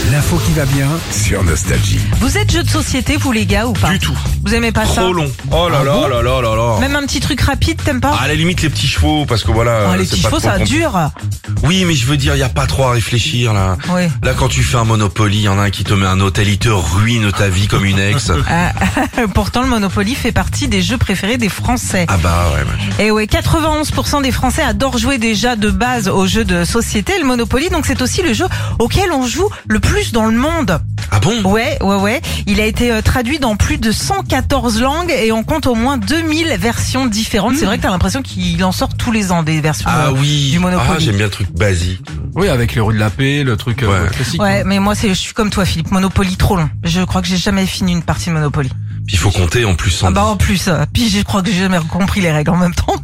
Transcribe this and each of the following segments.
L'info qui va bien sur Nostalgie. Vous êtes jeux de société, vous les gars, ou pas? Du tout. Vous aimez pas ça? Trop long. Oh là là là là là là. Même un petit truc rapide, t'aimes pas? À la limite les petits chevaux, parce que voilà. Les c'est petits pas chevaux, trop ça dure. Oui, mais je veux dire, il y a pas trop à réfléchir là. Oui. Là, quand tu fais un Monopoly, il y en a un qui te met un hôtel, il te ruine ta vie comme une ex. Pourtant, le Monopoly fait partie des jeux préférés des Français. Ah bah ouais. Bah. Et ouais, 91% des Français adorent jouer déjà de base aux jeux de société. Le Monopoly, donc c'est aussi le jeu auquel on joue le plus dans le monde. Ah bon? Ouais. Il a été traduit dans plus de 114 langues et on compte au moins 2000 versions différentes. C'est vrai que t'as l'impression qu'il en sort tous les ans des versions du Monopoly. Ah, j'aime bien le truc basique. Oui, avec les roues de la paix, le truc classique. Ouais, mais moi je suis comme toi, Philippe. Monopoly trop long. Je crois que j'ai jamais fini une partie de Monopoly. Puis il faut compter en plus. Sandy. En plus. Puis je crois que j'ai jamais compris les règles en même temps.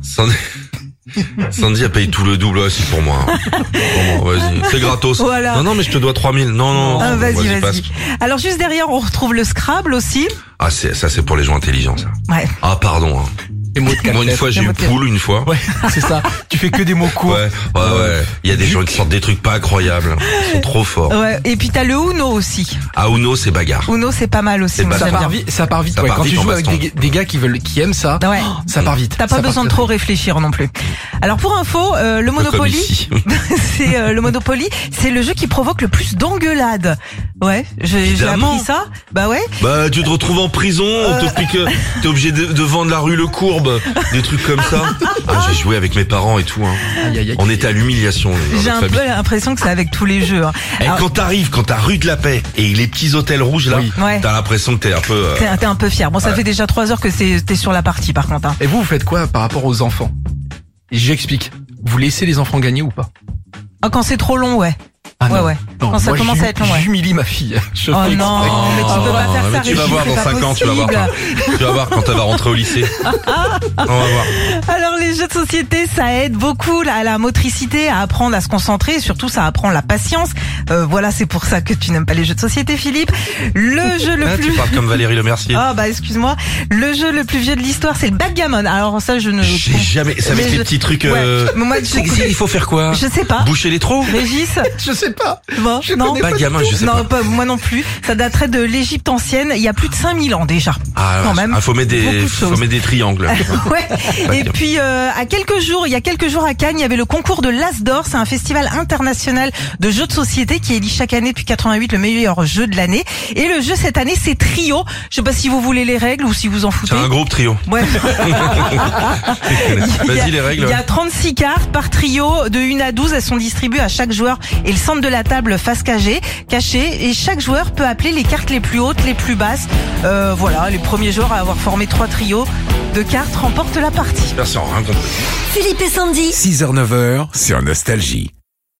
Sandy a payé tout le double aussi pour moi. Bon, vas-y, c'est gratos. Voilà. Non, mais je te dois 3000. Non. Vas-y. Passe. Alors juste derrière, on retrouve le Scrabble aussi. Ah, c'est pour les gens intelligents, ça. Ouais. Ah, pardon. Hein. Moi, une fois, j'ai eu poule, une fois. Ouais, c'est ça. Tu fais que des mots courts. Ouais. Il y a des gens qui sortent des trucs pas incroyables. Ils sont trop forts. Ouais. Et puis t'as le Uno aussi. Ah, Uno, c'est bagarre. Uno, c'est pas mal aussi. C'est Ça part vite. Ça Quand part tu vite joues en avec baston. des gars qui aiment ça, Ouais. ça part vite. T'as pas besoin de trop réfléchir non plus. Alors pour info, le Monopoly, le Monopoly, c'est le jeu qui provoque le plus d'engueulades. Ouais, j'ai Évidemment. appris ça. Bah ouais. Bah, tu te retrouves en prison, on te pique, t'es obligé de vendre la rue Le Courbe, des trucs comme ça. Ah, j'ai joué avec mes parents et tout, hein. Aïe. On était à l'humiliation. dans J'ai notre un famille. peu l'impression que c'est avec tous les jeux. Hein. Et Alors, quand t'as rue de la Paix et les petits hôtels rouges là, Ouais. t'as l'impression que t'es un peu. t'es un peu fier. Bon, ça fait déjà 3 heures que t'es sur la partie par contre. Hein. Et vous faites quoi par rapport aux enfants? J'explique. Vous laissez les enfants gagner ou pas? Ah, quand c'est trop long, ouais. Ah non. Ouais. Non, Quand ça moi, commence à être long, ouais. J'humilie ma fille. Je Oh fais non, exprès. mais tu peux pas faire mais ça. tu vas Régis, voir c'est dans pas 5 ans, tu vas voir. possible. Tu vas voir quand elle va rentrer au lycée. On va voir. Alors les jeux de société, ça aide beaucoup à la motricité, à apprendre à se concentrer, et surtout ça apprend la patience. Voilà, c'est pour ça que tu n'aimes pas les jeux de société, Philippe. Le jeu le Ah, plus... tu parles comme Valérie Lemercier. Ah bah excuse-moi. Le jeu le plus vieux de l'histoire, c'est le backgammon. Alors ça, je ne... J'ai jamais. C'est avec Mais les je- petits trucs. Ouais. Mais moi, Il faut faire quoi? je sais pas. Boucher les trous? Régis, Je sais pas. bon, non. Pas gamin, je sais Non, pas. moi non plus. Ça daterait de l'Égypte ancienne, il y a plus de 5000 ans déjà. Ah, Quand même. faut mettre Beaucoup de des, choses. faut mettre des triangles. Ouais. Et bien. puis il y a quelques jours à Cannes, il y avait le concours de l'As d'Or, c'est un festival international de jeux de société qui élit chaque année depuis 88 le meilleur jeu de l'année. Et le jeu cette année, c'est Trio. Je sais pas si vous voulez les règles ou si vous en foutez. C'est un groupe trio. Ouais. Vas-y, les règles. Il y a 36 cartes par trio, de 1 à 12, elles sont distribuées à chaque joueur et le centre de la table face cachée, et chaque joueur peut appeler les cartes les plus hautes, les plus basses. Voilà, les premiers joueurs à avoir formé 3 trios de cartes remportent la partie. Personne, rien compris. Philippe et Sandy. 6h-9h sur Nostalgie.